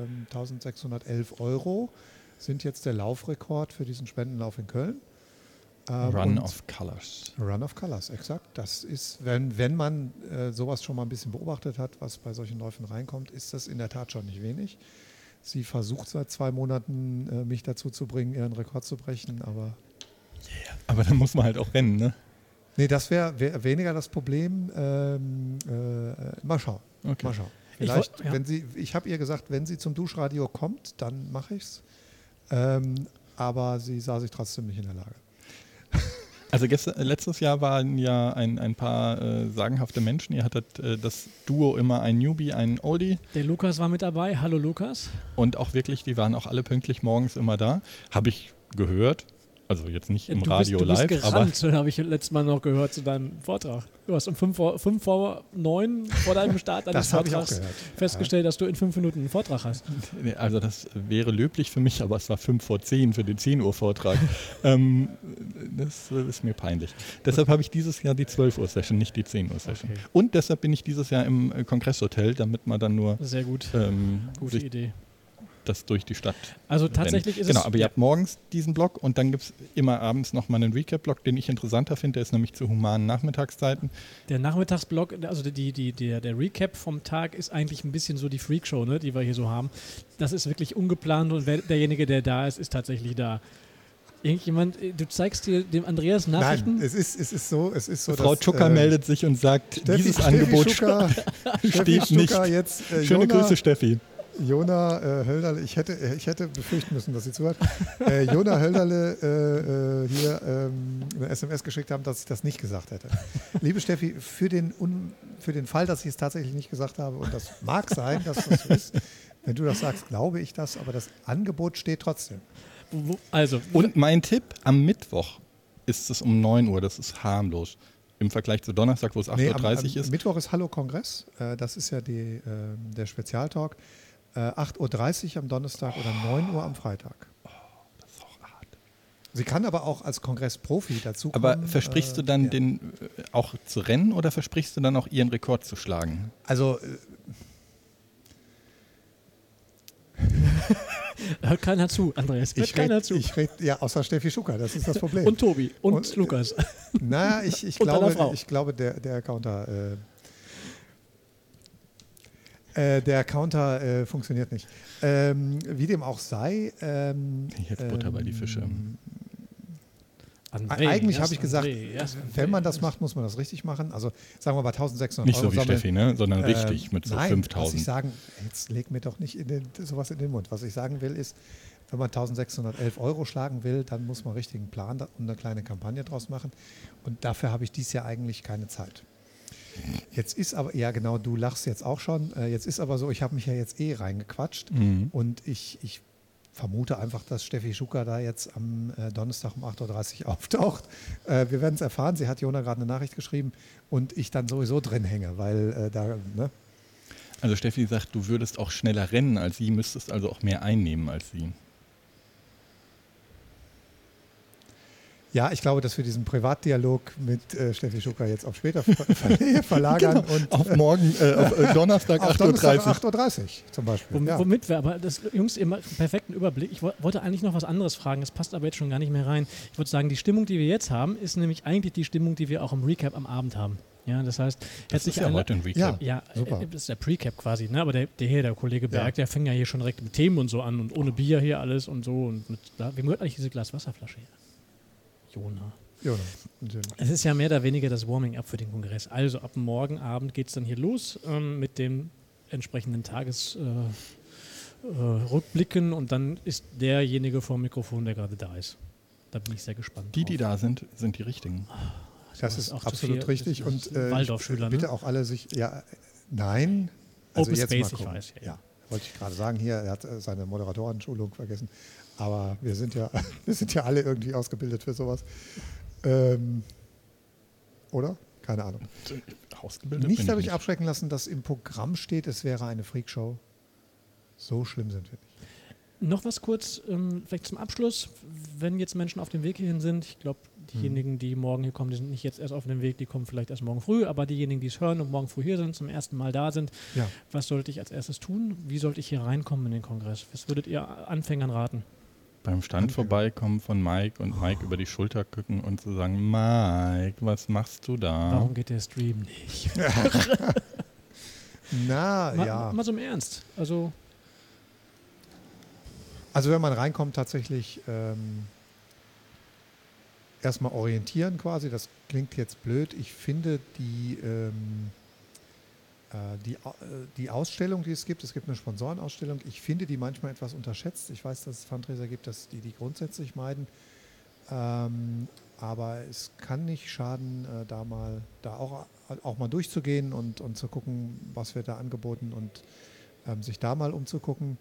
Speaker 1: 1.611 € sind jetzt der Laufrekord für diesen Spendenlauf in Köln.
Speaker 3: Run of Colors.
Speaker 1: Run of Colors, exakt. Das ist, wenn man sowas schon mal ein bisschen beobachtet hat, was bei solchen Läufen reinkommt, ist das in der Tat schon nicht wenig. Sie versucht seit 2 Monaten, mich dazu zu bringen, ihren Rekord zu brechen, aber...
Speaker 3: Yeah. Aber dann muss man halt auch rennen, ne?
Speaker 1: Nee, das wäre weniger das Problem. Mal schauen.
Speaker 3: Okay.
Speaker 1: Mal schauen. Vielleicht, ich habe ihr gesagt, wenn sie zum Duschradio kommt, dann mache ich es. Aber sie sah sich trotzdem nicht in der Lage.
Speaker 3: Also letztes Jahr waren ja ein paar sagenhafte Menschen. Ihr hattet das Duo immer ein Newbie, ein Oldie.
Speaker 2: Der Lukas war mit dabei. Hallo Lukas.
Speaker 3: Und auch wirklich, die waren auch alle pünktlich morgens immer da. Habe ich gehört. Also jetzt nicht im Radio live.
Speaker 2: Du bist gerannt, habe ich letztes Mal noch gehört zu deinem Vortrag. Du hast um 5 vor 9 vor deinem Start deines Vortrags festgestellt, dass du in 5 Minuten einen Vortrag hast.
Speaker 3: Also das wäre löblich für mich, aber es war 5 vor 10 für den 10 Uhr Vortrag. Das ist mir peinlich. Deshalb habe ich dieses Jahr die 12 Uhr Session, nicht die 10 Uhr Session. Okay. Und deshalb bin ich dieses Jahr im Kongresshotel, damit man dann nur...
Speaker 2: Sehr gut. Gute Idee.
Speaker 3: Das durch die Stadt.
Speaker 2: Also tatsächlich ist es...
Speaker 3: Genau, aber ihr habt morgens diesen Blog und dann gibt es immer abends nochmal einen Recap-Blog, den ich interessanter finde, der ist nämlich zu humanen Nachmittagszeiten.
Speaker 2: Der Nachmittagsblog, also der Recap vom Tag ist eigentlich ein bisschen so die Freakshow, ne, die wir hier so haben. Das ist wirklich ungeplant und derjenige, der da ist, ist tatsächlich da. Irgendjemand, du zeigst dir dem Andreas Nachrichten?
Speaker 1: Nein, es ist so.
Speaker 3: Frau Tschucker meldet sich und sagt, dieses Angebot steht nicht.
Speaker 1: Jetzt,
Speaker 3: Schöne Grüße, Steffi.
Speaker 1: Jona Hölderle, ich hätte befürchten müssen, dass sie zuhört. Jona Hölderle hier eine SMS geschickt haben, dass ich das nicht gesagt hätte. Liebe Steffi, für den Fall, dass ich es tatsächlich nicht gesagt habe, und das mag sein, dass das so ist, wenn du das sagst, glaube ich das, aber das Angebot steht trotzdem.
Speaker 3: Also, und mein Tipp, am Mittwoch ist es um 9 Uhr, das ist harmlos. Im Vergleich zu Donnerstag, wo es 8.30 Uhr ist.
Speaker 1: Mittwoch ist Hallo Kongress, das ist ja der Spezialtalk. 8.30 Uhr am Donnerstag oder 9 Uhr am Freitag.
Speaker 3: Oh, das ist auch hart.
Speaker 1: Sie kann aber auch als Kongressprofi dazu kommen.
Speaker 3: Aber versprichst du dann den auch zu rennen oder versprichst du dann auch ihren Rekord zu schlagen?
Speaker 1: Also
Speaker 2: hört keiner zu, Andreas. Hört keiner zu.
Speaker 1: Ich rede ja außer Steffi Schucker, das ist das Problem.
Speaker 2: Und Tobi und Lukas.
Speaker 1: Na, ich glaube, der Counter funktioniert nicht. Wie dem auch sei.
Speaker 3: Jetzt Butter bei die Fische.
Speaker 1: Eigentlich habe ich gesagt, wenn man das macht, muss man das richtig machen. Also sagen wir mal 1.600
Speaker 3: nicht
Speaker 1: Euro
Speaker 3: so wie
Speaker 1: sammeln.
Speaker 3: Steffi, ne? Sondern richtig mit so 5.000.
Speaker 1: Was ich sagen, jetzt leg mir doch nicht sowas in den Mund. Was ich sagen will ist, wenn man 1.611 Euro schlagen will, dann muss man einen richtigen Plan und eine kleine Kampagne draus machen. Und dafür habe ich dieses Jahr eigentlich keine Zeit. Jetzt ist aber, ja genau, du lachst jetzt auch schon. Jetzt ist aber so, ich habe mich ja jetzt reingequatscht und ich vermute einfach, dass Steffi Schucker da jetzt am Donnerstag um 8.30 Uhr auftaucht. Wir werden es erfahren. Sie hat Jona gerade eine Nachricht geschrieben und ich dann sowieso drin hänge, weil ne?
Speaker 3: Also Steffi sagt, du würdest auch schneller rennen als sie, müsstest also auch mehr einnehmen als sie.
Speaker 1: Ja, ich glaube, dass wir diesen Privatdialog mit Steffi Schucker jetzt auf später verlagern.
Speaker 3: Genau.
Speaker 1: Und,
Speaker 3: auf morgen, auf Donnerstag
Speaker 1: 8.30 Uhr zum Beispiel.
Speaker 2: Womit wir aber, Jungs, ihr macht einen perfekten Überblick. Ich wollte eigentlich noch was anderes fragen, das passt aber jetzt schon gar nicht mehr rein. Ich würde sagen, die Stimmung, die wir jetzt haben, ist nämlich eigentlich die Stimmung, die wir auch im Recap am Abend haben. Ja, das heißt,
Speaker 3: das ist ja heute ein Recap.
Speaker 2: Ja, super. Das ist der Precap quasi, ne? Aber der Kollege Berg, der fängt ja hier schon direkt mit Themen und so an und ohne Bier hier alles und so. Und wem gehört eigentlich diese Glas Wasserflasche hier? Jona. Es ist ja mehr oder weniger das Warming-up für den Kongress. Also ab morgen Abend geht es dann hier los mit den entsprechenden Tagesrückblicken und dann ist derjenige vor dem Mikrofon, der gerade da ist. Da bin ich sehr gespannt.
Speaker 3: Die da sind die richtigen.
Speaker 1: Das ist auch absolut richtig. Und
Speaker 2: Waldorfschüler,
Speaker 1: bitte auch alle sich, nein. Also
Speaker 2: Open
Speaker 1: jetzt
Speaker 2: Space,
Speaker 1: mal
Speaker 2: ich weiß. Ja.
Speaker 1: Wollte ich gerade sagen, hier, er hat seine Moderatorenschulung vergessen. Aber wir sind ja alle irgendwie ausgebildet für sowas. Oder? Keine Ahnung.
Speaker 3: Ausgebildet
Speaker 1: nicht dadurch abschrecken lassen, dass im Programm steht, es wäre eine Freakshow. So schlimm sind wir nicht.
Speaker 2: Noch was kurz, vielleicht zum Abschluss. Wenn jetzt Menschen auf dem Weg hierhin sind, ich glaube, diejenigen, die morgen hier kommen, die sind nicht jetzt erst auf dem Weg, die kommen vielleicht erst morgen früh, aber diejenigen, die es hören und morgen früh hier sind, zum ersten Mal da sind, was sollte ich als erstes tun? Wie sollte ich hier reinkommen in den Kongress? Was würdet ihr Anfängern raten?
Speaker 3: Beim Stand vorbeikommen von Mike und Mike über die Schulter gucken und zu sagen, Mike, was machst du da?
Speaker 2: Warum geht der Stream nicht? Mal so im Ernst. Also
Speaker 1: wenn man reinkommt, tatsächlich erstmal orientieren quasi. Das klingt jetzt blöd. Ich finde die Ausstellung, die es gibt eine Sponsorenausstellung, ich finde die manchmal etwas unterschätzt. Ich weiß, dass es Fundraiser gibt, dass die grundsätzlich meiden. Aber es kann nicht schaden, da auch mal durchzugehen und zu gucken, was wird da angeboten und sich da mal umzugucken.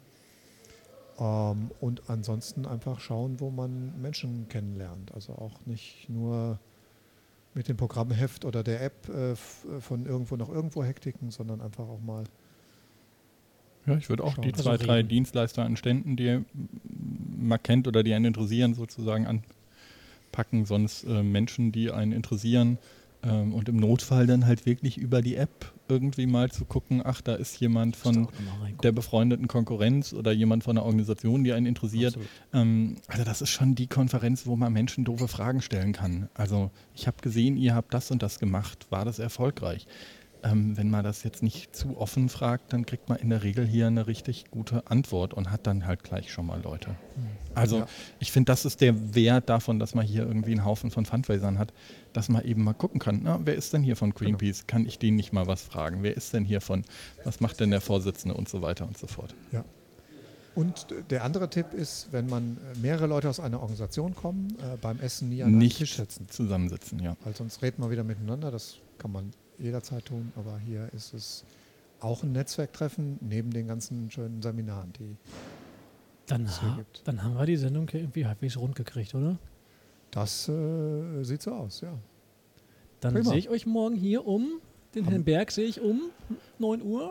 Speaker 1: Und ansonsten einfach schauen, wo man Menschen kennenlernt. Also auch nicht nur mit dem Programmheft oder der App von irgendwo nach irgendwo hektiken, sondern einfach auch mal.
Speaker 3: Ja, ich würde auch die 2, 3 Dienstleister an Ständen, die man kennt oder die einen interessieren, sozusagen anpacken. Sonst Menschen, die einen interessieren. Und im Notfall dann halt wirklich über die App irgendwie mal zu gucken, ach, da ist jemand von der befreundeten Konkurrenz oder jemand von einer Organisation, die einen interessiert. Also das ist schon die Konferenz, wo man Menschen doofe Fragen stellen kann. Also ich habe gesehen, ihr habt das und das gemacht. War das erfolgreich? Wenn man das jetzt nicht zu offen fragt, dann kriegt man in der Regel hier eine richtig gute Antwort und hat dann halt gleich schon mal Leute. Also ich finde, das ist der Wert davon, dass man hier irgendwie einen Haufen von Fundraisern hat, dass man eben mal gucken kann, na, wer ist denn hier von Greenpeace? Kann ich den nicht mal was fragen? Wer ist denn hier von, was macht denn der Vorsitzende und so weiter und so fort.
Speaker 1: Ja. Und der andere Tipp ist, wenn man mehrere Leute aus einer Organisation kommen, beim Essen nie an einen Tisch setzen.
Speaker 3: Nicht zusammensitzen, ja.
Speaker 1: Weil sonst reden wir wieder miteinander, das kann man jederzeit tun, aber hier ist es auch ein Netzwerktreffen neben den ganzen schönen Seminaren, die es hier gibt.
Speaker 2: Dann haben wir die Sendung irgendwie halbwegs rund gekriegt, oder?
Speaker 1: Das sieht so aus, ja.
Speaker 2: Dann sehe ich euch morgen hier den Herrn Berg sehe ich um 9 Uhr.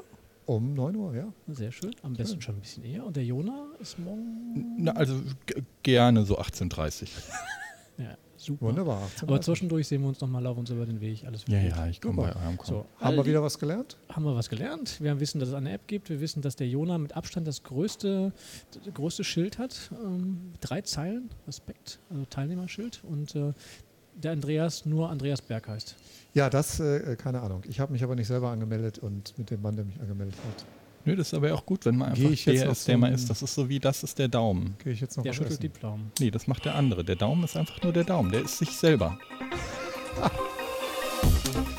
Speaker 1: Um 9 Uhr, ja.
Speaker 2: Sehr schön. Am besten schon ein bisschen eher. Und der Jona ist morgen?
Speaker 3: Na, also gerne so 18:30 Uhr.
Speaker 2: Ja, super.
Speaker 1: Wunderbar. 18:30
Speaker 2: Aber zwischendurch sehen wir uns nochmal, laufen uns über den Weg. Alles
Speaker 3: Ja,
Speaker 2: gut.
Speaker 3: ja, ich komme bei eurem Kommen.
Speaker 2: So,
Speaker 1: Haben wir wieder was gelernt?
Speaker 2: Haben wir was gelernt. Wir wissen, dass es eine App gibt. Wir wissen, dass der Jona mit Abstand das größte Schild hat. 3 Zeilen, Respekt, also Teilnehmerschild. Und der Andreas nur Andreas Berg heißt.
Speaker 1: Ja, das, keine Ahnung. Ich habe mich aber nicht selber angemeldet und mit dem Mann, der mich angemeldet hat.
Speaker 3: Nö, das ist aber auch gut, wenn man einfach der ist, der man ist. Das ist so wie, das ist der Daumen.
Speaker 1: Gehe ich jetzt noch
Speaker 2: Der
Speaker 1: was
Speaker 2: schüttelt
Speaker 1: essen?
Speaker 2: die Pflaumen.
Speaker 3: Nee, das macht der andere. Der Daumen ist einfach nur der Daumen. Der ist sich selber.